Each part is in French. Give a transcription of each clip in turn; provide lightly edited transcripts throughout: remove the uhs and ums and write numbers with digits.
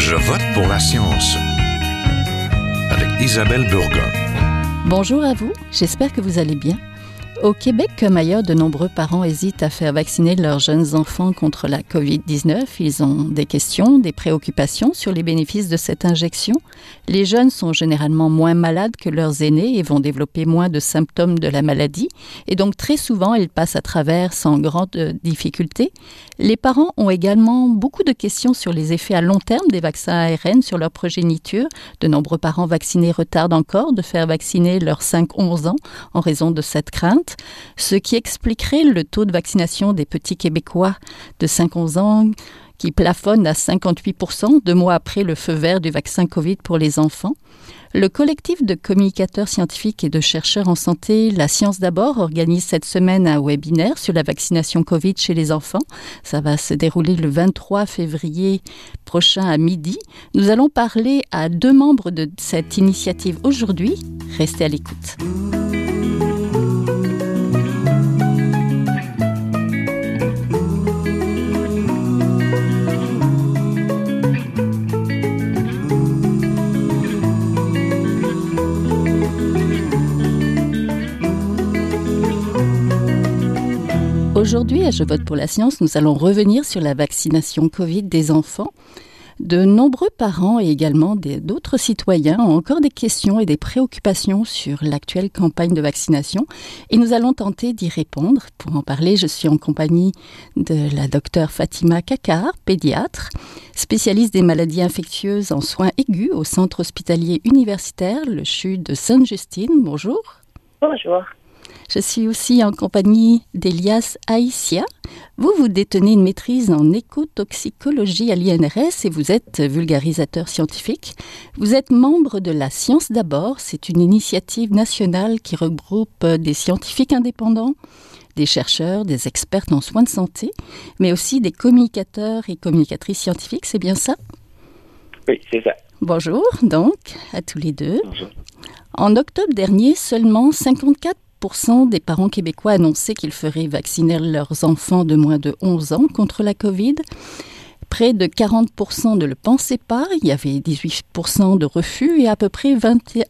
Je vote pour la science avec Isabelle Burgon. Bonjour à vous, j'espère que vous allez bien. Au Québec comme ailleurs, de nombreux parents hésitent à faire vacciner leurs jeunes enfants contre la COVID-19. Ils ont des questions, des préoccupations sur les bénéfices de cette injection. Les jeunes sont généralement moins malades que leurs aînés et vont développer moins de symptômes de la maladie. Et donc très souvent, ils passent à travers sans grande difficulté. Les parents ont également beaucoup de questions sur les effets à long terme des vaccins ARN sur leur progéniture. De nombreux parents vaccinés retardent encore de faire vacciner leurs 5-11 ans en raison de cette crainte. Ce qui expliquerait le taux de vaccination des petits Québécois de 5-11 ans qui plafonne à 58% 2 mois après le feu vert du vaccin COVID pour les enfants. Le collectif de communicateurs scientifiques et de chercheurs en santé, La Science d'abord, organise cette semaine un webinaire sur la vaccination COVID chez les enfants. Ça va se dérouler le 23 février prochain à midi. Nous allons parler à 2 membres de cette initiative aujourd'hui. Restez à l'écoute. Aujourd'hui, à Je vote pour la science, nous allons revenir sur la vaccination COVID des enfants. De nombreux parents et également d'autres citoyens ont encore des questions et des préoccupations sur l'actuelle campagne de vaccination et nous allons tenter d'y répondre. Pour en parler, je suis en compagnie de la docteure Fatima Kakar, pédiatre, spécialiste des maladies infectieuses en soins aigus au Centre hospitalier universitaire, le CHU de Sainte-Justine. Bonjour. Bonjour. Je suis aussi en compagnie d'Elias Aïssia. Vous détenez une maîtrise en écotoxicologie à l'INRS et vous êtes vulgarisateur scientifique. Vous êtes membre de La Science d'abord. C'est une initiative nationale qui regroupe des scientifiques indépendants, des chercheurs, des experts en soins de santé, mais aussi des communicateurs et communicatrices scientifiques. C'est bien ça? Oui, c'est ça. Bonjour, donc, à tous les deux. Bonjour. En octobre dernier, seulement 54% des parents québécois annonçaient qu'ils feraient vacciner leurs enfants de moins de 11 ans contre la COVID. Près de 40% ne le pensaient pas. Il y avait 18% de refus et à peu près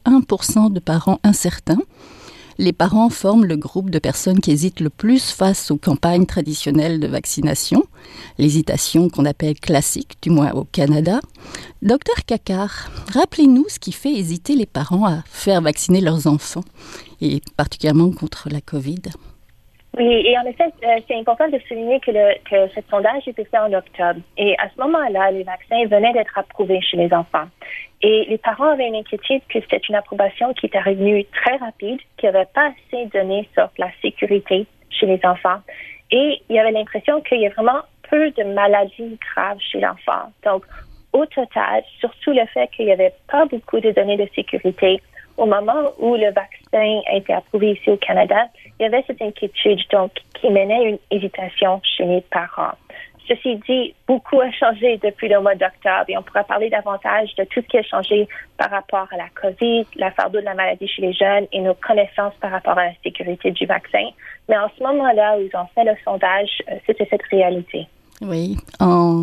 21% de parents incertains. Les parents forment le groupe de personnes qui hésitent le plus face aux campagnes traditionnelles de vaccination, l'hésitation qu'on appelle classique, du moins au Canada. Docteur Kakar, rappelez-nous ce qui fait hésiter les parents à faire vacciner leurs enfants, et particulièrement contre la COVID. Oui, et en effet, c'est important de souligner que ce sondage était fait en octobre. Et à ce moment-là, les vaccins venaient d'être approuvés chez les enfants. Et les parents avaient une inquiétude que c'était une approbation qui était revenue très rapide, qu'il n'y avait pas assez de données sur la sécurité chez les enfants. Et il y avait l'impression qu'il y a vraiment peu de maladies graves chez l'enfant. Donc, au total, surtout le fait qu'il n'y avait pas beaucoup de données de sécurité, au moment où le vaccin a été approuvé ici au Canada, il y avait cette inquiétude donc qui menait une hésitation chez les parents. Ceci dit, beaucoup a changé depuis le mois d'octobre et on pourra parler davantage de tout ce qui a changé par rapport à la COVID, la fardeau de la maladie chez les jeunes et nos connaissances par rapport à la sécurité du vaccin. Mais en ce moment-là où ils ont fait le sondage, c'était cette réalité. Oui, en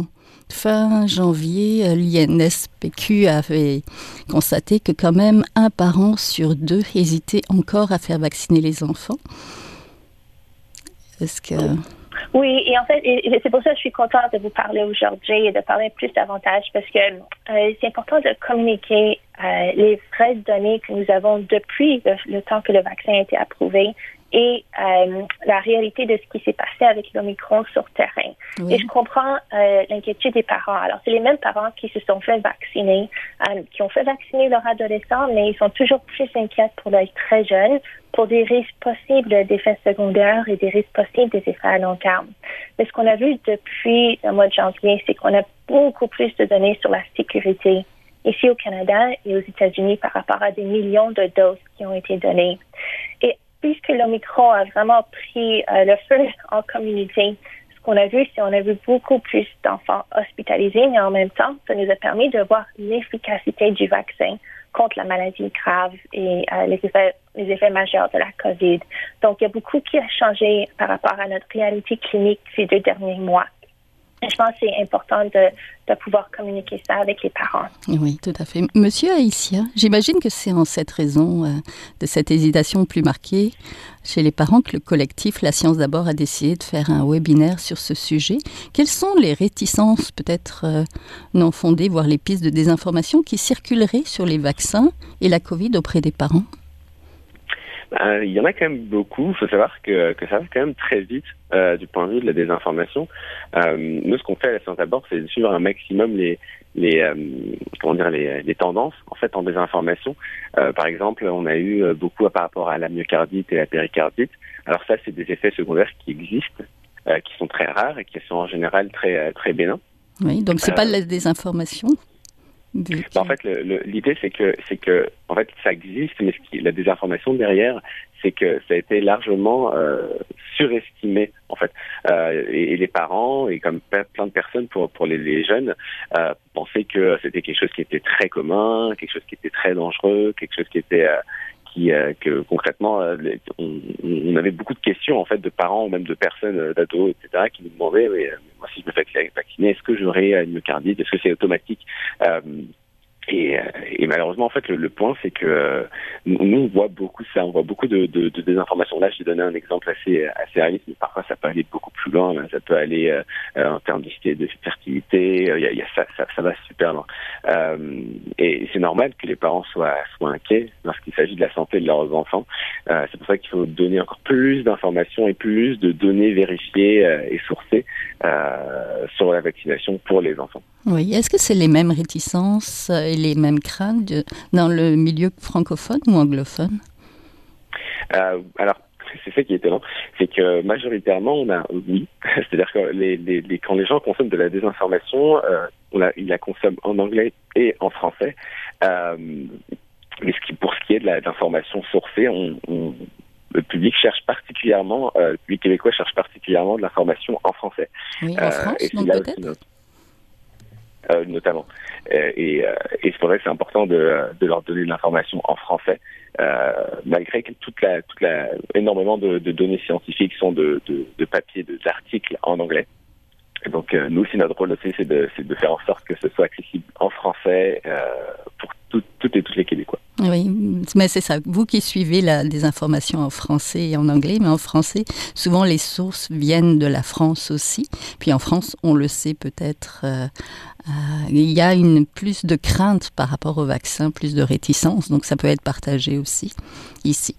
fin janvier, l'INSPQ avait constaté que quand même 1 parent sur 2 hésitait encore à faire vacciner les enfants. Est-ce que... Oui, et en fait, c'est pour ça que je suis contente de vous parler aujourd'hui et de parler plus davantage parce que c'est important de communiquer les vraies données que nous avons depuis le temps que le vaccin a été approuvé et la réalité de ce qui s'est passé avec l'Omicron sur terrain. Oui. Et je comprends l'inquiétude des parents. Alors, c'est les mêmes parents qui se sont fait vacciner, qui ont fait vacciner leurs adolescents, mais ils sont toujours plus inquiets pour les très jeunes, pour des risques possibles d'effets secondaires et des risques possibles des effets à long terme. Mais ce qu'on a vu depuis le mois de janvier, c'est qu'on a beaucoup plus de données sur la sécurité ici au Canada et aux États-Unis par rapport à des millions de doses qui ont été données. Et puisque l'Omicron a vraiment pris le feu en communauté, ce qu'on a vu, c'est qu'on a vu beaucoup plus d'enfants hospitalisés, mais en même temps, ça nous a permis de voir l'efficacité du vaccin contre la maladie grave et les effets majeurs de la COVID. Donc, il y a beaucoup qui a changé par rapport à notre réalité clinique ces 2 derniers mois. je pense que c'est important de pouvoir communiquer ça avec les parents. Oui, tout à fait. Monsieur Aïssia, j'imagine que c'est en cette raison de cette hésitation plus marquée chez les parents que le collectif La Science d'abord a décidé de faire un webinaire sur ce sujet. Quelles sont les réticences peut-être non fondées, voire les pistes de désinformation qui circuleraient sur les vaccins et la COVID auprès des parents? Il y en a quand même beaucoup. Il faut savoir que ça va quand même très vite du point de vue de la désinformation. Nous, ce qu'on fait à la Science d'abord, c'est de suivre un maximum les tendances en fait en désinformation. Par exemple, on a eu beaucoup par rapport à la myocardite et la péricardite. Alors ça, c'est des effets secondaires qui existent, qui sont très rares et qui sont en général très très bénins. Oui, donc c'est pas de la désinformation. En fait, l'idée, c'est que, en fait, ça existe, mais la désinformation derrière, c'est que ça a été largement surestimé, en fait. Et les parents, et comme plein de personnes pour les jeunes, pensaient que c'était quelque chose qui était très commun, quelque chose qui était très dangereux, quelque chose qui était que concrètement, on avait beaucoup de questions en fait de parents ou même de personnes, d'ados, etc., qui nous demandaient moi si je me fais vacciner, est-ce que j'aurai une myocardite, est-ce que c'est automatique? Et malheureusement, en fait, le point, c'est que nous, on voit beaucoup ça, on voit beaucoup de désinformation. Là, j'ai donné un exemple assez réaliste, mais parfois, ça peut aller beaucoup plus loin. Ça peut aller en termes de fertilité. Ça va super loin. Et c'est normal que les parents soient inquiets lorsqu'il s'agit de la santé de leurs enfants. C'est pour ça qu'il faut donner encore plus d'informations et plus de données vérifiées et sourcées sur la vaccination pour les enfants. Oui, est-ce que c'est les mêmes réticences et les mêmes craintes dans le milieu francophone ou anglophone? Alors, c'est ça qui est étonnant, c'est que majoritairement, on a oui, c'est-à-dire que quand les gens consomment de la désinformation, ils la consomment en anglais et en français. Mais pour ce qui est de l'information sourcée, le public cherche particulièrement, le public québécois cherche particulièrement de l'information en français. Oui, en France, et donc peut-être notamment. Et c'est pour ça que c'est important de leur donner de l'information en français, malgré que énormément de données scientifiques sont de papiers, d'articles en anglais. Et donc, nous aussi, notre rôle aussi, c'est de faire en sorte que ce soit accessible en français pour toutes les Québécois. Oui, mais c'est ça. Vous qui suivez des informations en français et en anglais, mais en français, souvent les sources viennent de la France aussi. Puis en France, on le sait peut-être, il y a plus de crainte par rapport au vaccin, plus de réticence. Donc ça peut être partagé aussi ici.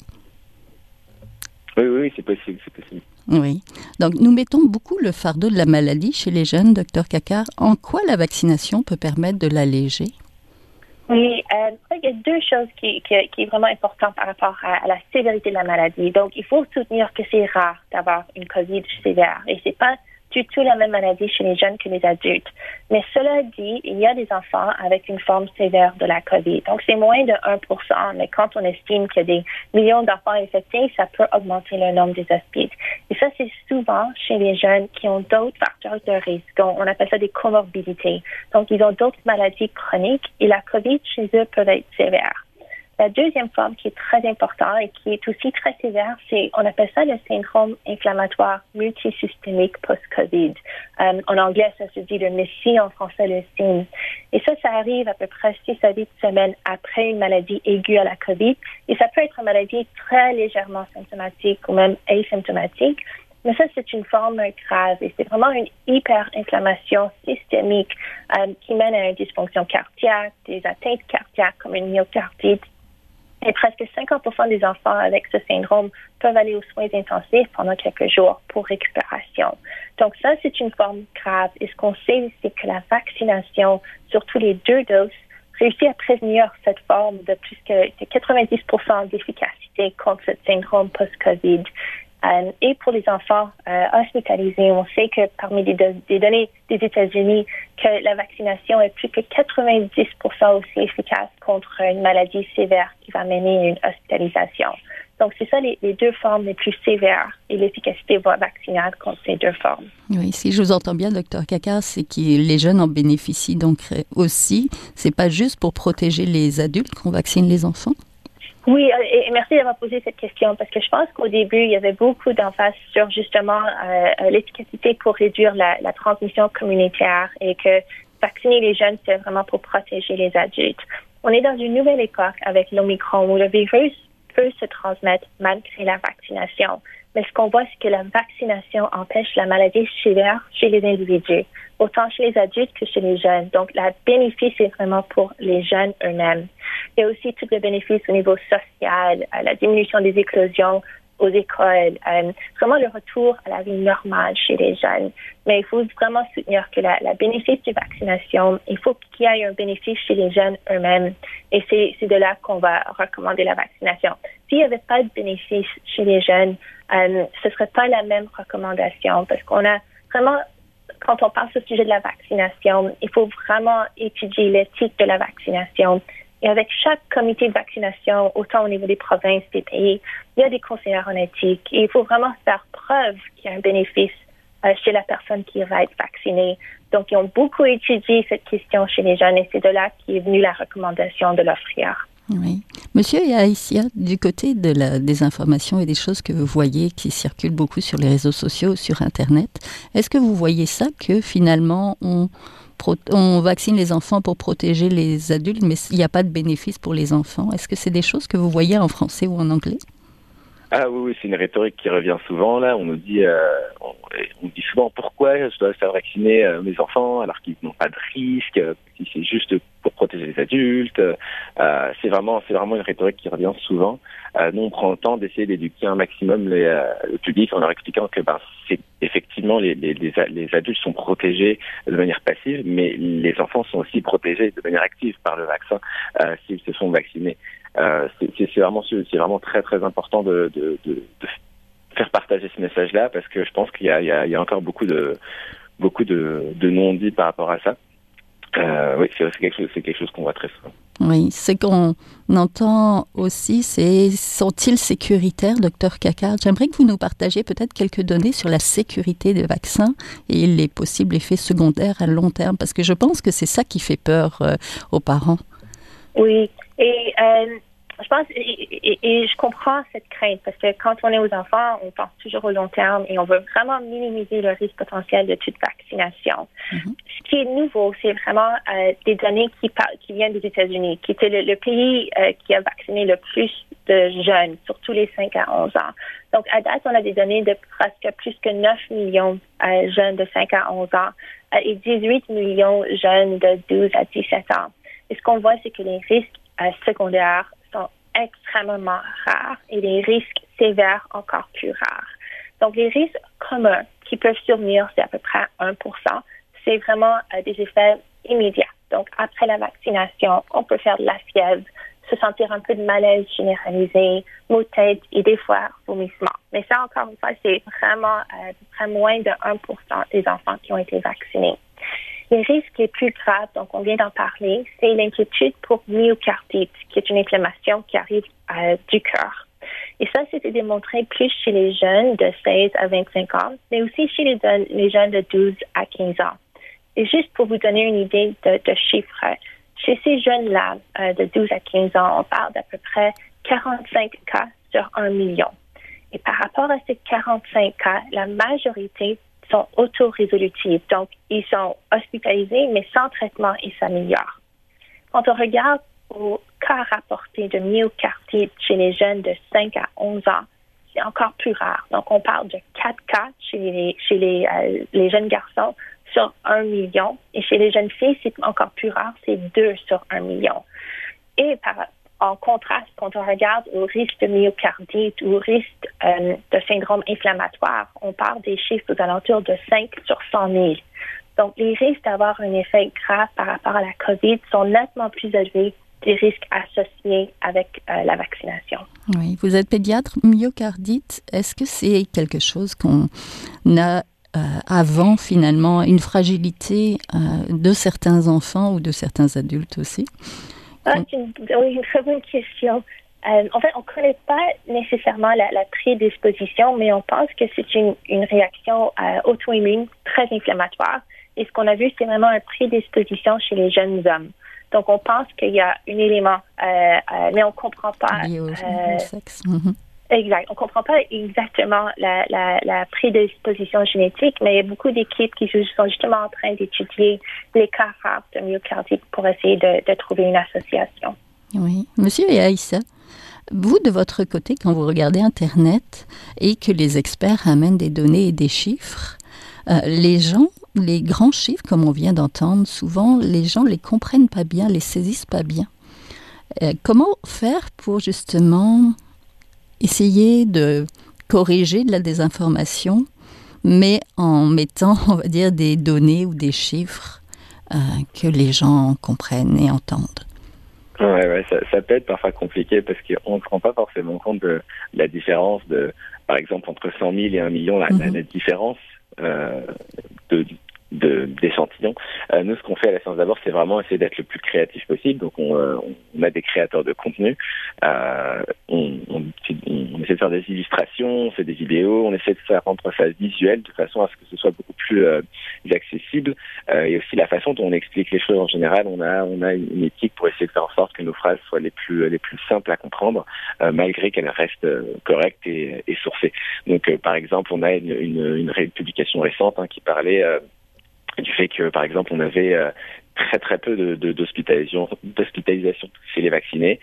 Oui, c'est possible. Oui. Donc, nous mettons beaucoup le fardeau de la maladie chez les jeunes, Dr Kakar. En quoi la vaccination peut permettre de l'alléger? Oui, il y a deux choses qui est vraiment important par rapport à la sévérité de la maladie. Donc, il faut soutenir que c'est rare d'avoir une COVID sévère et c'est pas du tout la même maladie chez les jeunes que les adultes. Mais cela dit, il y a des enfants avec une forme sévère de la COVID. Donc, c'est moins de 1%, mais quand on estime qu'il y a des millions d'enfants infectés, ça peut augmenter le nombre des hospices. Et ça, c'est souvent chez les jeunes qui ont d'autres facteurs de risque. On appelle ça des comorbidités. Donc, ils ont d'autres maladies chroniques et la COVID chez eux peut être sévère. La deuxième forme qui est très importante et qui est aussi très sévère, on appelle ça le syndrome inflammatoire multisystémique post-COVID. En anglais, ça se dit le MESI, en français le SIMS. Et ça arrive à peu près 6 à 8 semaines après une maladie aiguë à la COVID. Et ça peut être une maladie très légèrement symptomatique ou même asymptomatique. Mais ça, c'est une forme grave et c'est vraiment une hyperinflammation systémique qui mène à une dysfonction cardiaque, des atteintes cardiaques comme une myocardite. Et presque 50% des enfants avec ce syndrome peuvent aller aux soins intensifs pendant quelques jours pour récupération. Donc ça, c'est une forme grave. Et ce qu'on sait, c'est que la vaccination, surtout les 2 doses, réussit à prévenir cette forme de plus que 90% d'efficacité contre ce syndrome post-COVID. Et pour les enfants hospitalisés, on sait que parmi des données des États-Unis, que la vaccination est plus que 90% aussi efficace contre une maladie sévère qui va mener à une hospitalisation. Donc, c'est ça les 2 formes les plus sévères et l'efficacité vaccinale contre ces 2 formes. Oui, si je vous entends bien, Dr Kakar, c'est que les jeunes en bénéficient donc aussi. C'est pas juste pour protéger les adultes qu'on vaccine les enfants? Oui, et merci d'avoir posé cette question parce que je pense qu'au début, il y avait beaucoup d'emphase sur justement l'efficacité pour réduire la transmission communautaire et que vacciner les jeunes, c'est vraiment pour protéger les adultes. On est dans une nouvelle époque avec l'Omicron où le virus peut se transmettre malgré la vaccination. Mais ce qu'on voit, c'est que la vaccination empêche la maladie sévère chez les individus, autant chez les adultes que chez les jeunes. Donc, le bénéfice est vraiment pour les jeunes eux-mêmes. Il y a aussi tout le bénéfice au niveau social, la diminution des éclosions aux écoles, vraiment le retour à la vie normale chez les jeunes. Mais il faut vraiment soutenir que la bénéfice de vaccination, il faut qu'il y ait un bénéfice chez les jeunes eux-mêmes. Et c'est de là qu'on va recommander la vaccination. S'il n'y avait pas de bénéfice chez les jeunes, ce ne serait pas la même recommandation parce qu'on a vraiment, quand on parle au sujet de la vaccination, il faut vraiment étudier l'éthique de la vaccination. Et avec chaque comité de vaccination, autant au niveau des provinces, des pays, il y a des conseillers en éthique. Et il faut vraiment faire preuve qu'il y a un bénéfice chez la personne qui va être vaccinée. Donc, ils ont beaucoup étudié cette question chez les jeunes et c'est de là qu'est venue la recommandation de l'offrir. Oui. Monsieur Yaïsia, du côté de des informations et des choses que vous voyez qui circulent beaucoup sur les réseaux sociaux, sur Internet, est-ce que vous voyez ça, que finalement on vaccine les enfants pour protéger les adultes, mais il n'y a pas de bénéfice pour les enfants? Est-ce que c'est des choses que vous voyez en français ou en anglais? Ah oui, c'est une rhétorique qui revient souvent là. On nous dit, on dit souvent pourquoi je dois faire vacciner mes enfants alors qu'ils n'ont pas de risque, si c'est juste pour protéger les adultes. C'est vraiment une rhétorique qui revient souvent. Nous, on prend le temps d'essayer d'éduquer un maximum le public en leur expliquant que c'est effectivement les adultes sont protégés de manière passive, mais les enfants sont aussi protégés de manière active par le vaccin s'ils se font vacciner. C'est vraiment très très important de faire partager ce message-là parce que je pense qu'il y a encore beaucoup de non-dits par rapport à ça. Oui, c'est quelque chose qu'on voit très souvent. Oui, ce qu'on entend aussi, c'est sont-ils sécuritaires, Dr Caccard? J'aimerais que vous nous partagiez peut-être quelques données sur la sécurité des vaccins et les possibles effets secondaires à long terme, parce que je pense que c'est ça qui fait peur aux parents. Oui, et je pense, et je comprends cette crainte parce que quand on est aux enfants, on pense toujours au long terme et on veut vraiment minimiser le risque potentiel de toute vaccination. Mm-hmm. Ce qui est nouveau, c'est vraiment des données qui viennent des États-Unis, qui était le pays qui a vacciné le plus de jeunes, surtout les 5 à 11 ans. Donc, à date, on a des données de presque plus que 9 millions jeunes de 5 à 11 ans et 18 millions jeunes de 12 à 17 ans. Et ce qu'on voit, c'est que les risques secondaires sont extrêmement rares et les risques sévères encore plus rares. Donc, les risques communs qui peuvent survenir, c'est à peu près 1%. C'est vraiment des effets immédiats. Donc, après la vaccination, on peut faire de la fièvre, se sentir un peu de malaise généralisé, maux de tête et des fois vomissement. Mais ça, encore une fois, c'est vraiment à peu près moins de 1% des enfants qui ont été vaccinés. Les risques les plus graves, donc on vient d'en parler, c'est l'inquiétude pour myocardite, qui est une inflammation qui arrive du cœur. Et ça, c'était démontré plus chez les jeunes de 16 à 25 ans, mais aussi chez les jeunes de 12 à 15 ans. Et juste pour vous donner une idée de chiffres, chez ces jeunes-là, de 12 à 15 ans, on parle d'à peu près 45 cas sur 1 million. Et par rapport à ces 45 cas, la majorité sont auto-résolutifs. Donc, ils sont hospitalisés, mais sans traitement, ils s'améliorent. Quand on regarde aux cas rapportés de myocardite chez les jeunes de 5 à 11 ans, c'est encore plus rare. Donc, on parle de 4 cas chez les jeunes garçons sur 1 million. Et chez les jeunes filles, c'est encore plus rare, c'est 2 sur 1 million. Et en contraste, quand on regarde au risque de myocardite ou au risque de syndrome inflammatoire, on parle des chiffres aux alentours de 5 sur 100 000. Donc, les risques d'avoir un effet grave par rapport à la COVID sont nettement plus élevés des risques associés avec la vaccination. Oui, vous êtes pédiatre. Myocardite, est-ce que c'est quelque chose qu'on a avant, finalement, une fragilité de certains enfants ou de certains adultes aussi? C'est une très bonne question. En fait, on ne connaît pas nécessairement la prédisposition, mais on pense que c'est une réaction auto-immune très inflammatoire. Et ce qu'on a vu, c'est vraiment une prédisposition chez les jeunes hommes. Donc, on pense qu'il y a un élément, mais on ne comprend pas. Lié au sexe. Exact. On ne comprend pas exactement la prédisposition génétique, mais il y a beaucoup d'équipes qui sont justement en train d'étudier les cas rares de myocardite pour essayer de trouver une association. Oui. Monsieur Aïssa, vous, de votre côté, quand vous regardez Internet et que les experts amènent des données et des chiffres, les grands chiffres, comme on vient d'entendre, souvent, les gens ne les comprennent pas bien, les saisissent pas bien. Comment faire pour justement essayer de corriger de la désinformation, mais en mettant, on va dire, des données ou des chiffres que les gens comprennent et entendent? Ouais, ça peut être parfois compliqué parce qu'on ne se rend pas forcément compte de la différence par exemple, entre 100 000 et 1 million, la différence d'échantillons. Nous, ce qu'on fait à la Science d'abord, c'est vraiment essayer d'être le plus créatif possible. Donc, on a des créateurs de contenu. On essaie de faire des illustrations, on fait des vidéos, on essaie de faire rendre ça visuel de façon à ce que ce soit beaucoup plus accessible. Et aussi la façon dont on explique les choses en général. On a une éthique pour essayer de faire en sorte que nos phrases soient les plus simples à comprendre, malgré qu'elles restent correctes et sourcées. Donc, par exemple, on a une publication récente qui parlait du fait que, par exemple, on avait très très peu d'hospitalisation chez les vaccinés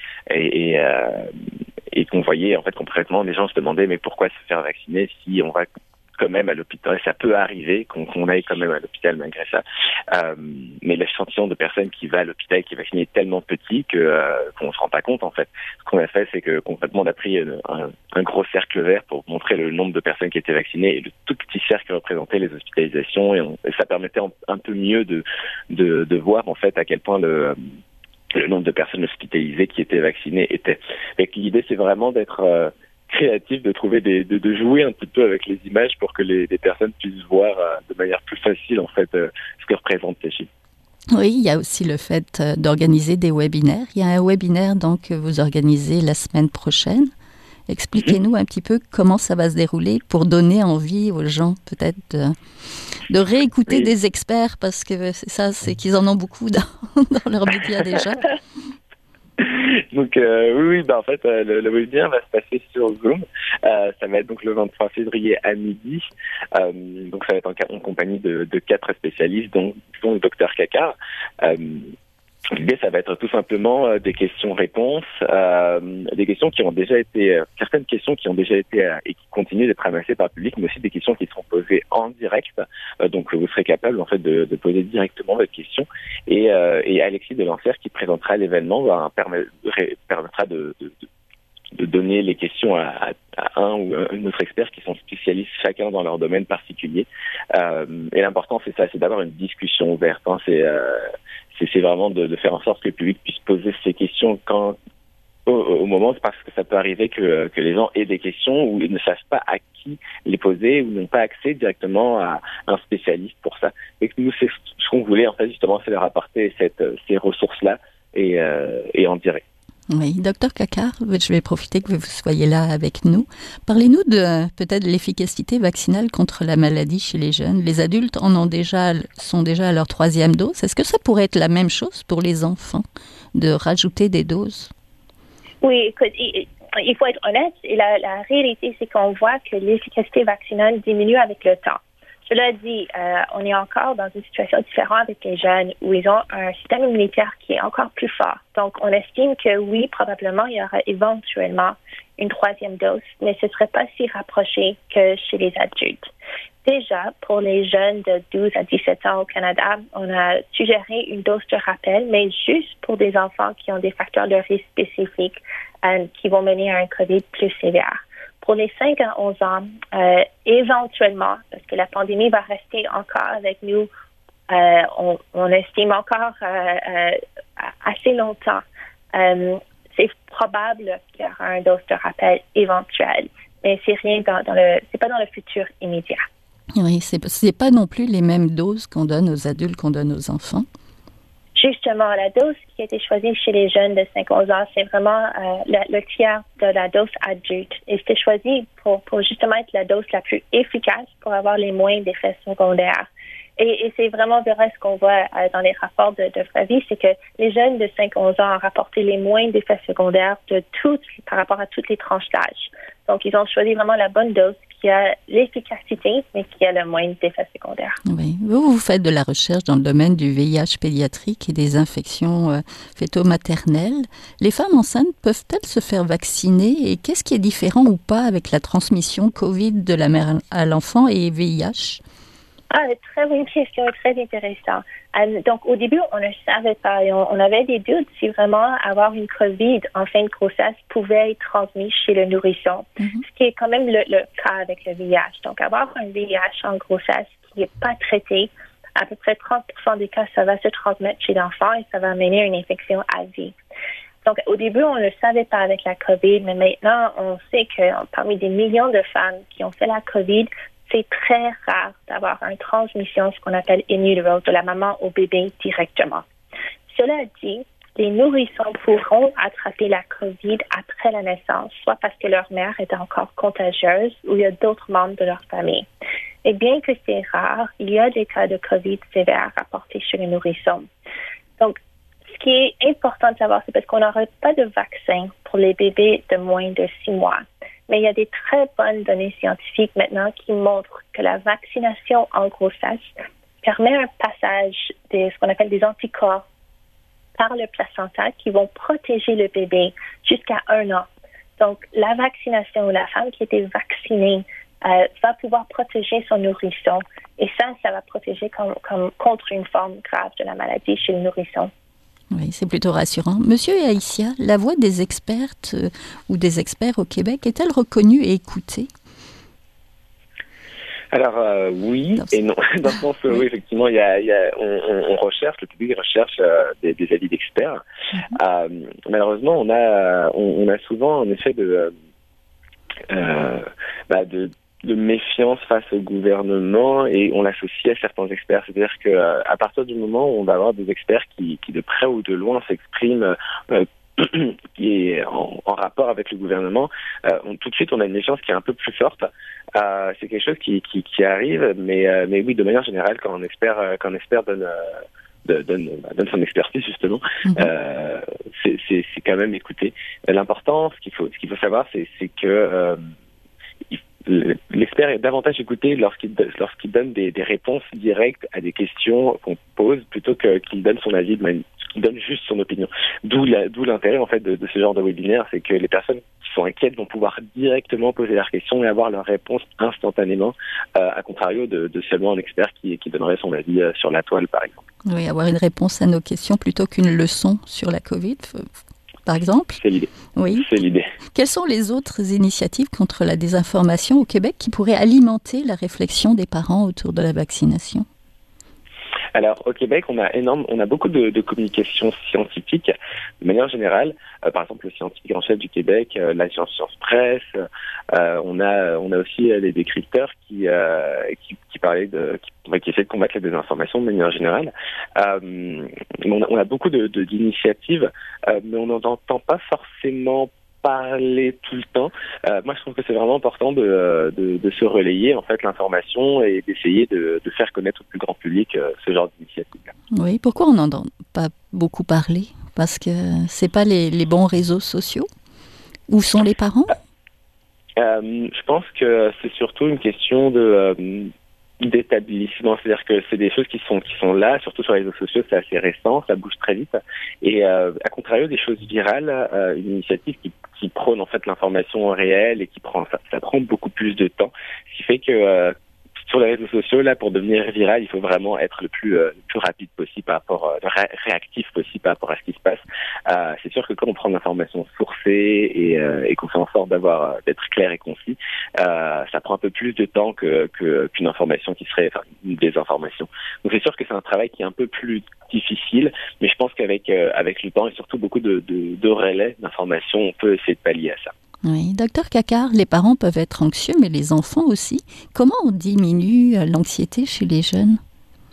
et qu'on voyait en fait concrètement les gens se demandaient mais pourquoi se faire vacciner si on va quand même à l'hôpital, ça peut arriver qu'on aille quand même à l'hôpital malgré ça. Mais l'échantillon de personnes qui va à l'hôpital, qui est vacciné, est tellement petit qu'on ne se rend pas compte en fait. Ce qu'on a fait, c'est que concrètement on a pris un gros cercle vert pour montrer le nombre de personnes qui étaient vaccinées et le tout petit cercle représentait les hospitalisations et ça permettait un peu mieux de voir en fait à quel point le nombre de personnes hospitalisées qui étaient vaccinées était. Et l'idée c'est vraiment d'être créatif, de trouver de jouer un petit peu avec les images pour que les personnes puissent voir de manière plus facile en fait ce que représentent ces chiffres. Oui, il y a aussi le fait d'organiser des webinaires. Il y a un webinaire donc que vous organisez la semaine prochaine. Expliquez-nous un petit peu comment ça va se dérouler pour donner envie aux gens peut-être de réécouter des experts parce que c'est qu'ils en ont beaucoup dans leurs médias déjà. Donc en fait le webinaire va se passer sur Zoom. Ça va être donc le 23 février à midi. Donc ça va être en compagnie de 4 spécialistes dont le docteur Kakar. L'idée, ça va être tout simplement des questions-réponses, des questions qui ont déjà été, certaines questions qui ont déjà été et qui continuent d'être amassées par le public, mais aussi des questions qui seront posées en direct. Donc, vous serez capable en fait de poser directement votre question. Et Alexis Delancière, qui présentera l'événement, permettra de donner les questions à un ou un autre expert qui sont spécialistes chacun dans leur domaine particulier. Et l'important, c'est ça, c'est d'avoir une discussion ouverte. C'est vraiment de faire en sorte que le public puisse poser ses questions au moment, parce que ça peut arriver que les gens aient des questions ou ne savent pas à qui les poser ou n'ont pas accès directement à un spécialiste pour ça. Et que nous, c'est ce qu'on voulait, en fait, justement, c'est leur apporter ces ressources-là et en direct. Oui, docteur Kakar, je vais profiter que vous soyez là avec nous. Parlez-nous peut-être de l'efficacité vaccinale contre la maladie chez les jeunes. Les adultes sont déjà à leur 3e dose. Est-ce que ça pourrait être la même chose pour les enfants, de rajouter des doses? Oui, écoute, il faut être honnête. Et la réalité, c'est qu'on voit que l'efficacité vaccinale diminue avec le temps. Cela dit, on est encore dans une situation différente avec les jeunes où ils ont un système immunitaire qui est encore plus fort. Donc, on estime que oui, probablement, il y aura éventuellement une 3e dose, mais ce ne serait pas si rapproché que chez les adultes. Déjà, pour les jeunes de 12 à 17 ans au Canada, on a suggéré une dose de rappel, mais juste pour des enfants qui ont des facteurs de risque spécifiques qui vont mener à un COVID plus sévère. Pour les 5 à 11 ans, éventuellement, parce que la pandémie va rester encore avec nous, on estime encore assez longtemps, c'est probable qu'il y aura une dose de rappel éventuelle, mais c'est pas dans le futur immédiat. Oui, c'est pas non plus les mêmes doses qu'on donne aux adultes qu'on donne aux enfants. Justement, la dose qui a été choisie chez les jeunes de 5-11 ans, c'est vraiment le tiers de la dose adulte. Et c'était choisi pour justement être la dose la plus efficace pour avoir les moins d'effets secondaires. Et c'est vraiment vrai ce qu'on voit dans les rapports de vraie vie, c'est que les jeunes de 5-11 ans ont rapporté les moins d'effets secondaires par rapport à toutes les tranches d'âge. Donc, ils ont choisi vraiment la bonne dose qui a l'efficacité, mais qui a le moins d'effets secondaires. Oui. Vous faites de la recherche dans le domaine du VIH pédiatrique et des infections fœto-maternelles. Les femmes enceintes peuvent-elles se faire vacciner et qu'est-ce qui est différent ou pas avec la transmission COVID de la mère à l'enfant et VIH? Très bonne question et très intéressant. Donc, au début, on ne savait pas et on avait des doutes si vraiment avoir une COVID en fin de grossesse pouvait être transmis chez le nourrisson, ce qui est quand même le cas avec le VIH. Donc, avoir un VIH en grossesse qui n'est pas traité, à peu près 30% des cas, ça va se transmettre chez l'enfant et ça va amener une infection à vie. Donc, au début, on ne le savait pas avec la COVID, mais maintenant, on sait que parmi des millions de femmes qui ont fait la COVID, c'est très rare d'avoir une transmission, ce qu'on appelle in utero, de la maman au bébé directement. Cela dit, les nourrissons pourront attraper la COVID après la naissance, soit parce que leur mère est encore contagieuse ou il y a d'autres membres de leur famille. Et bien que c'est rare, il y a des cas de COVID sévères rapportés chez les nourrissons. Donc, ce qui est important de savoir, c'est parce qu'on n'aurait pas de vaccin pour les bébés de moins de 6 mois. Mais il y a des très bonnes données scientifiques maintenant qui montrent que la vaccination en grossesse permet un passage de ce qu'on appelle des anticorps par le placenta qui vont protéger le bébé jusqu'à 1 an. Donc, la vaccination ou la femme qui a été vaccinée va pouvoir protéger son nourrisson. Et ça va protéger contre une forme grave de la maladie chez le nourrisson. Oui, c'est plutôt rassurant. Monsieur Aïssia, la voix des expertes ou des experts au Québec est-elle reconnue et écoutée? Alors oui et non. Dans le sens où effectivement, on recherche, le public recherche des avis d'experts. Malheureusement, on a souvent en effet de méfiance face au gouvernement et on l'associe à certains experts. C'est-à-dire que à partir du moment où on va avoir des experts qui de près ou de loin s'expriment qui est en rapport avec le gouvernement, tout de suite on a une méfiance qui est un peu plus forte. C'est quelque chose qui arrive, mais oui, de manière générale, quand un expert donne son expertise justement, c'est quand même écouté. L'important, ce qu'il faut savoir, c'est que l'expert est davantage écouté lorsqu'il donne des réponses directes à des questions qu'on pose plutôt qu'il donne son avis, qu'il donne juste son opinion. D'où l'intérêt en fait de ce genre de webinaire, c'est que les personnes qui sont inquiètes vont pouvoir directement poser leurs questions et avoir leur réponse instantanément, à contrario de seulement un expert qui donnerait son avis sur la toile par exemple. Oui, avoir une réponse à nos questions plutôt qu'une leçon sur la COVID. Par exemple? C'est l'idée. Oui. C'est l'idée. Quelles sont les autres initiatives contre la désinformation au Québec qui pourraient alimenter la réflexion des parents autour de la vaccination? Alors, au Québec, on a beaucoup de communication scientifique, de manière générale. Par exemple, le scientifique en chef du Québec, l'agence Science Presse. On a aussi les décrypteurs qui essaient de combattre la désinformation de manière générale. On a beaucoup d'initiatives, mais on n'en entend pas forcément parler tout le temps. Moi, je trouve que c'est vraiment important de se relayer en fait l'information et d'essayer de faire connaître au plus grand public ce genre d'initiative. Oui, pourquoi on n'en entend pas beaucoup parler? Parce que c'est pas les bons réseaux sociaux? Où sont les parents? Je pense que c'est surtout une question d'établissement, c'est-à-dire que c'est des choses qui sont là, surtout sur les réseaux sociaux, c'est assez récent, ça bouge très vite, et à contrario des choses virales, une initiative qui prône en fait l'information réelle et ça prend beaucoup plus de temps, ce qui fait que sur les réseaux sociaux, là, pour devenir viral, il faut vraiment être le plus rapide possible par rapport, réactif possible par rapport à ce qui se passe. C'est sûr que quand on prend une information sourcée et qu'on fait en sorte d'être clair et concis, ça prend un peu plus de temps qu'une information qui serait, une désinformation. Donc c'est sûr que c'est un travail qui est un peu plus difficile, mais je pense qu'avec le temps et surtout beaucoup de relais d'informations, on peut essayer de pallier à ça. Oui, docteur Cacquart, les parents peuvent être anxieux, mais les enfants aussi. Comment on diminue l'anxiété chez les jeunes?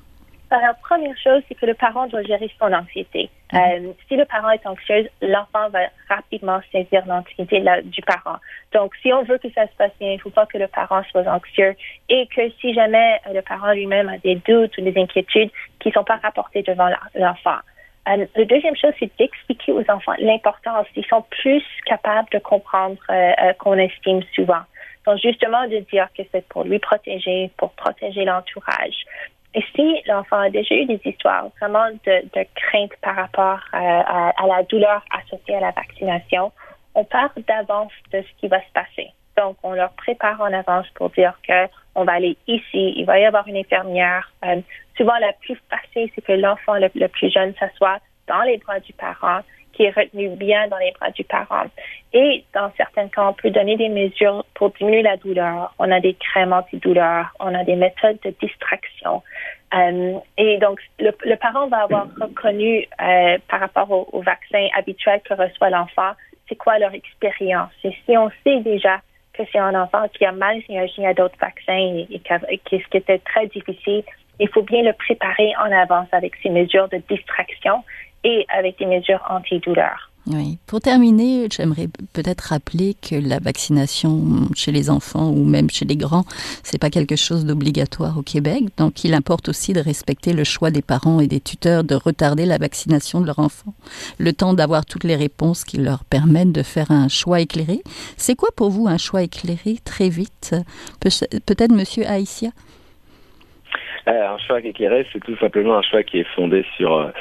La première chose, c'est que le parent doit gérer son anxiété. Si le parent est anxieux, l'enfant va rapidement saisir l'anxiété du parent. Donc, si on veut que ça se passe bien, il ne faut pas que le parent soit anxieux et que si jamais le parent lui-même a des doutes ou des inquiétudes qui ne sont pas rapportées devant l'enfant. La deuxième chose, c'est d'expliquer aux enfants l'importance. Ils sont plus capables de comprendre qu'on estime souvent. Donc, justement, de dire que c'est pour lui protéger, pour protéger l'entourage. Et si l'enfant a déjà eu des histoires vraiment de crainte par rapport à la douleur associée à la vaccination, on part d'avance de ce qui va se passer. Donc, on leur prépare en avance pour dire qu'on va aller ici, il va y avoir une infirmière. Souvent, la plus facile, c'est que l'enfant le plus jeune s'assoit dans les bras du parent, qui est retenu bien dans les bras du parent. Et dans certains cas, on peut donner des mesures pour diminuer la douleur. On a des crèmes antidouleurs, on a des méthodes de distraction. Et donc, le parent va avoir reconnu par rapport au vaccin habituel que reçoit l'enfant, c'est quoi leur expérience. Et si on sait déjà que c'est un enfant qui a mal réagi à d'autres vaccins et ce qui était très difficile, il faut bien le préparer en avance avec ces mesures de distraction et avec des mesures antidouleurs. Oui. Pour terminer, j'aimerais peut-être rappeler que la vaccination chez les enfants ou même chez les grands, c'est pas quelque chose d'obligatoire au Québec. Donc, il importe aussi de respecter le choix des parents et des tuteurs de retarder la vaccination de leur enfant. Le temps d'avoir toutes les réponses qui leur permettent de faire un choix éclairé. C'est quoi pour vous un choix éclairé très vite? Peut-être Monsieur Aïssia? Un choix éclairé, c'est tout simplement un choix qui est fondé sur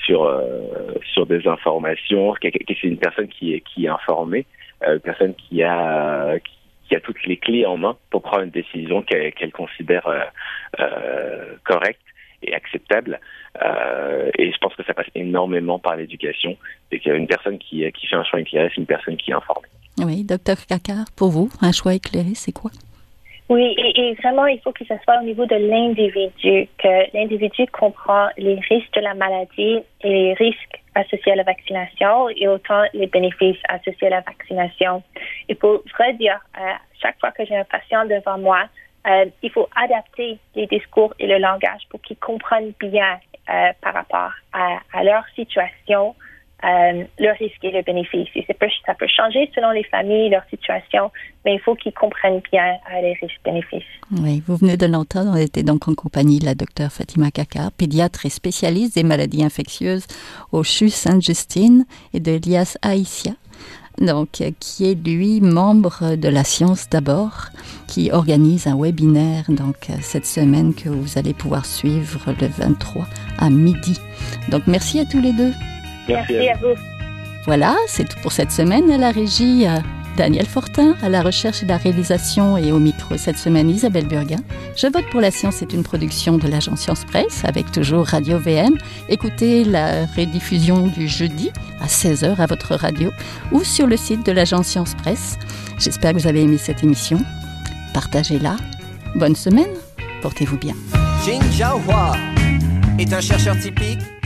des informations. C'est une personne qui est informée, une personne qui a toutes les clés en main pour prendre une décision qu'elle considère correcte et acceptable. Et je pense que ça passe énormément par l'éducation. Et qu'une personne qui fait un choix éclairé, c'est une personne qui est informée. Oui, Dr Kakar, pour vous, un choix éclairé, c'est quoi? Oui, et vraiment, il faut que ce soit au niveau de l'individu, que l'individu comprend les risques de la maladie et les risques associés à la vaccination et autant les bénéfices associés à la vaccination. Et pour vrai dire, chaque fois que j'ai un patient devant moi, il faut adapter les discours et le langage pour qu'ils comprennent bien par rapport à leur situation, le risque et le bénéfice. Et ça peut changer selon les familles, leur situation, mais il faut qu'ils comprennent bien les risques-bénéfices. Oui, vous venez de l'entendre, on était donc en compagnie de la docteure Fatima Kakar, pédiatre et spécialiste des maladies infectieuses au CHU Sainte-Justine, et de Elias Aïssia, donc, qui est lui membre de la Science d'abord, qui organise un webinaire donc, cette semaine que vous allez pouvoir suivre le 23 à midi. Donc merci à tous les deux. Merci à vous. Voilà, c'est tout pour cette semaine. À la régie, Daniel Fortin, à la recherche et la réalisation et au micro cette semaine, Isabelle Burguin. Je vote pour la science est une production de l'agence Science Presse avec toujours Radio VM. Écoutez la rediffusion du jeudi à 16h à votre radio ou sur le site de l'agence Science Presse. J'espère que vous avez aimé cette émission. Partagez-la. Bonne semaine. Portez-vous bien. Jin Jiahua est un chercheur typique